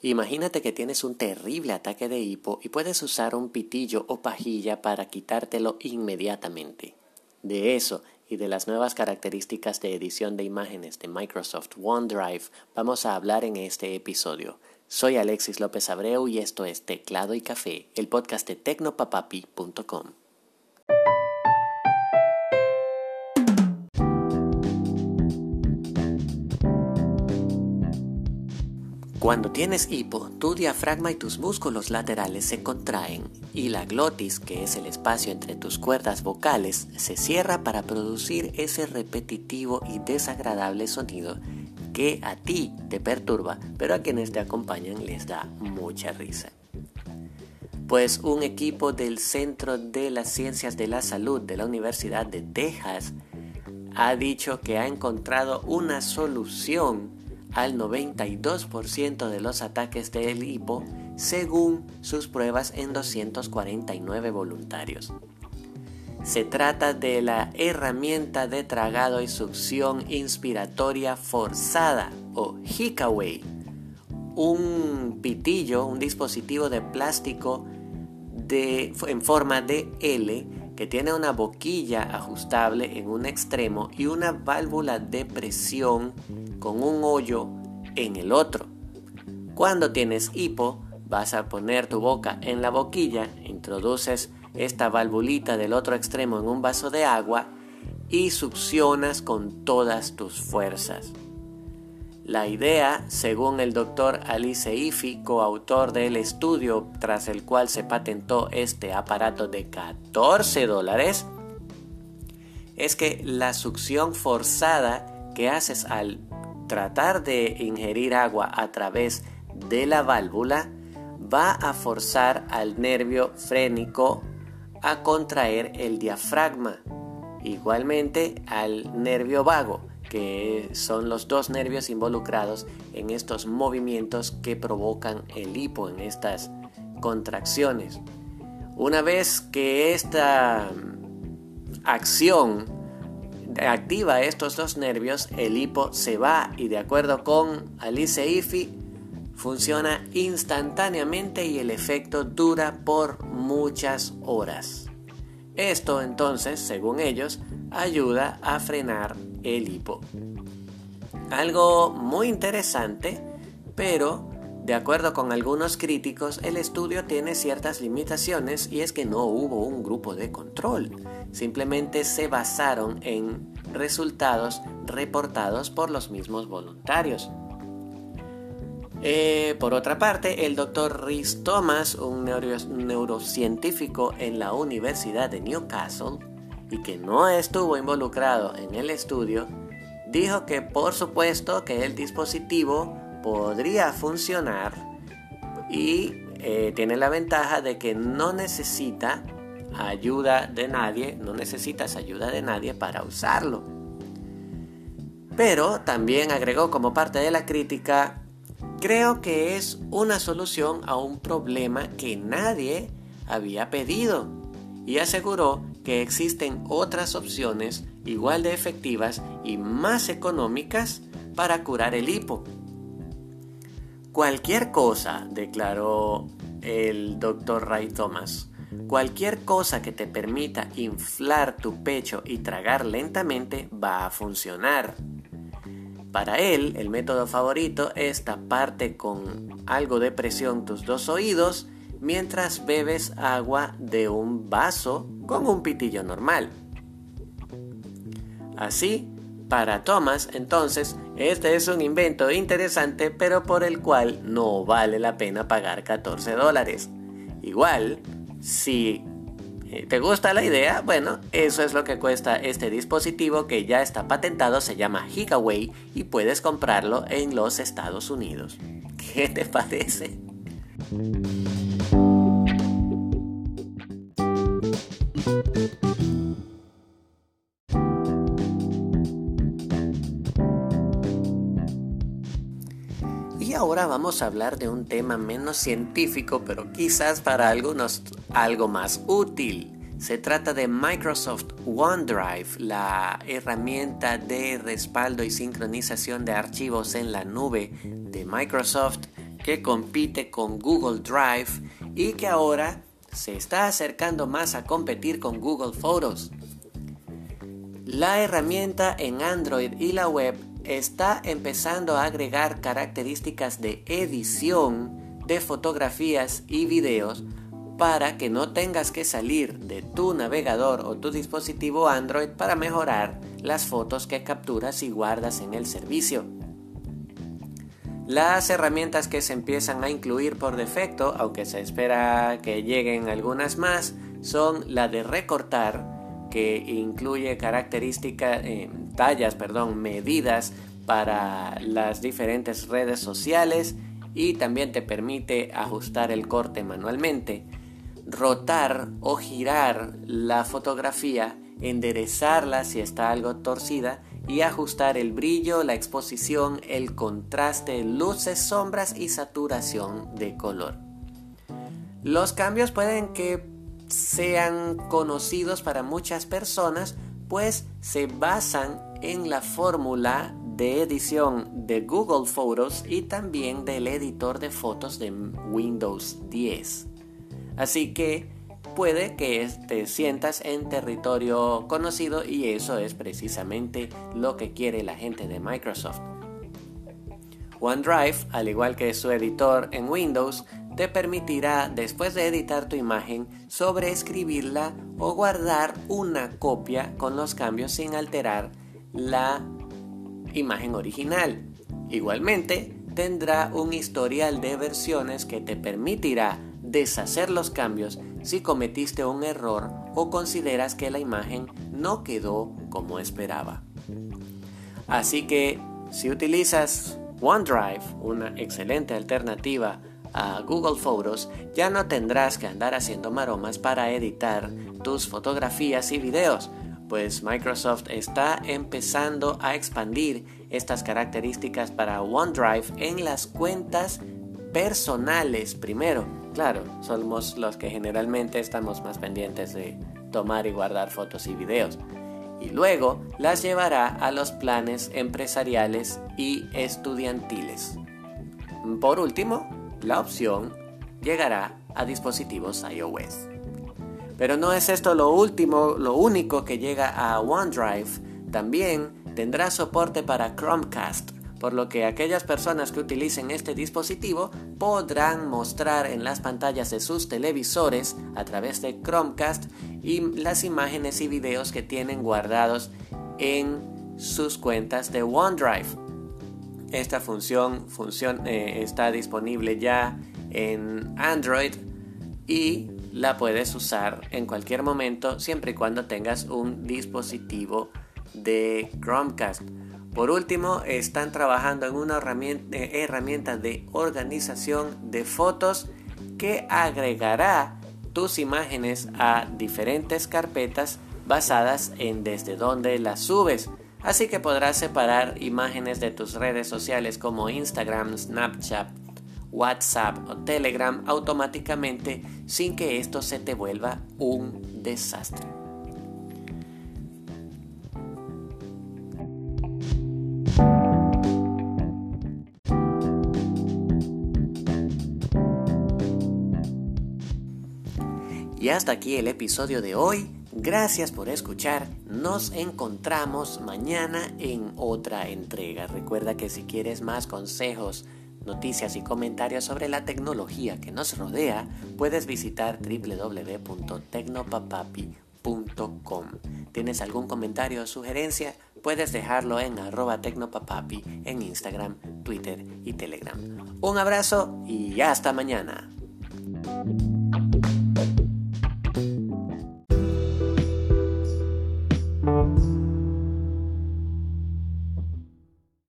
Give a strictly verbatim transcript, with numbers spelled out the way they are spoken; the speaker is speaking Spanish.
Imagínate que tienes un terrible ataque de hipo y puedes usar un pitillo o pajilla para quitártelo inmediatamente. De eso y de las nuevas características de edición de imágenes de Microsoft OneDrive vamos a hablar en este episodio. Soy Alexis López Abreu y esto es Teclado y Café, el podcast de tecnopapapi punto com. Cuando tienes hipo, tu diafragma y tus músculos laterales se contraen y la glotis, que es el espacio entre tus cuerdas vocales, se cierra para producir ese repetitivo y desagradable sonido que a ti te perturba, pero a quienes te acompañan les da mucha risa. Pues un equipo del Centro de las Ciencias de la Salud de la Universidad de Texas ha dicho que ha encontrado una solución al noventa y dos por ciento de los ataques del hipo según sus pruebas en doscientos cuarenta y nueve voluntarios. Se trata de la herramienta de tragado y succión inspiratoria forzada o Hikaway, un pitillo, un dispositivo de plástico de, en forma de L que tiene una boquilla ajustable en un extremo y una válvula de presión con un hoyo en el otro. Cuando tienes hipo, vas a poner tu boca en la boquilla, introduces esta valvulita del otro extremo en un vaso de agua y succionas con todas tus fuerzas. La idea, según el doctor Ali Seifi, coautor del estudio tras el cual se patentó este aparato de catorce dólares, es que la succión forzada que haces al tratar de ingerir agua a través de la válvula va a forzar al nervio frénico a contraer el diafragma, igualmente al nervio vago, que son los dos nervios involucrados en estos movimientos que provocan el hipo, en estas contracciones. Una vez que esta acción activa estos dos nervios, el hipo se va y, de acuerdo con Ali Seifi, funciona instantáneamente y el efecto dura por muchas horas. Esto entonces, según ellos, ayuda a frenar el hipo. Algo muy interesante, pero de acuerdo con algunos críticos, el estudio tiene ciertas limitaciones y es que no hubo un grupo de control. Simplemente se basaron en resultados reportados por los mismos voluntarios. Eh, por otra parte, el doctor Rhys Thomas, un neuro- neurocientífico en la Universidad de Newcastle y que no estuvo involucrado en el estudio, dijo que por supuesto que el dispositivo podría funcionar y eh, tiene la ventaja de que no necesita ayuda de nadie, no necesitas ayuda de nadie para usarlo. Pero también agregó como parte de la crítica: creo que es una solución a un problema que nadie había pedido, y aseguró que existen otras opciones igual de efectivas y más económicas para curar el hipo. Cualquier cosa, declaró el doctor Ray Thomas, cualquier cosa que te permita inflar tu pecho y tragar lentamente va a funcionar. Para él, el método favorito es taparte con algo de presión tus dos oídos mientras bebes agua de un vaso con un pitillo normal. Así, para Thomas, entonces, este es un invento interesante, pero por el cual no vale la pena pagar catorce dólares. Igual, si ¿te gusta la idea? Bueno, eso es lo que cuesta este dispositivo que ya está patentado, se llama Hikaway y puedes comprarlo en los Estados Unidos. ¿Qué te parece? Y ahora vamos a hablar de un tema menos científico, pero quizás para algunos algo más útil. Se trata de Microsoft OneDrive, la herramienta de respaldo y sincronización de archivos en la nube de Microsoft, que compite con Google Drive y que ahora se está acercando más a competir con Google Photos. La herramienta en Android y la web está empezando a agregar características de edición de fotografías y videos para que no tengas que salir de tu navegador o tu dispositivo Android para mejorar las fotos que capturas y guardas en el servicio. Las herramientas que se empiezan a incluir por defecto, aunque se espera que lleguen algunas más, son la de recortar, que incluye características, eh, tallas, perdón, medidas para las diferentes redes sociales y también te permite ajustar el corte manualmente. Rotar o girar la fotografía, enderezarla si está algo torcida y ajustar el brillo, la exposición, el contraste, luces, sombras y saturación de color. Los cambios pueden que sean conocidos para muchas personas, pues se basan en la fórmula de edición de Google Photos y también del editor de fotos de Windows diez. Así que puede que te sientas en territorio conocido y eso es precisamente lo que quiere la gente de Microsoft. OneDrive, al igual que su editor en Windows, te permitirá, después de editar tu imagen, sobreescribirla o guardar una copia con los cambios sin alterar la imagen original. Igualmente, tendrá un historial de versiones que te permitirá deshacer los cambios si cometiste un error o consideras que la imagen no quedó como esperaba. Así que, si utilizas OneDrive, una excelente alternativa a Google Photos, ya no tendrás que andar haciendo maromas para editar tus fotografías y videos, pues Microsoft está empezando a expandir estas características para OneDrive en las cuentas personales primero. Claro, somos los que generalmente estamos más pendientes de tomar y guardar fotos y videos. Y luego las llevará a los planes empresariales y estudiantiles. Por último, la opción llegará a dispositivos iOS. Pero no es esto lo último, lo único que llega a OneDrive. También tendrá soporte para Chromecast, por lo que aquellas personas que utilicen este dispositivo podrán mostrar en las pantallas de sus televisores a través de Chromecast y las imágenes y videos que tienen guardados en sus cuentas de OneDrive. Esta función, función eh, está disponible ya en Android y la puedes usar en cualquier momento siempre y cuando tengas un dispositivo de Chromecast. Por último, están trabajando en una herramienta, herramienta de organización de fotos que agregará tus imágenes a diferentes carpetas basadas en desde dónde las subes. Así que podrás separar imágenes de tus redes sociales como Instagram, Snapchat, WhatsApp o Telegram automáticamente sin que esto se te vuelva un desastre. Y hasta aquí el episodio de hoy. Gracias por escuchar. Nos encontramos mañana en otra entrega. Recuerda que si quieres más consejos, noticias y comentarios sobre la tecnología que nos rodea, puedes visitar doble u doble u doble u punto tecnopapapi punto com. ¿Tienes algún comentario o sugerencia? Puedes dejarlo en arroba tecnopapapi en Instagram, Twitter y Telegram. Un abrazo y hasta mañana.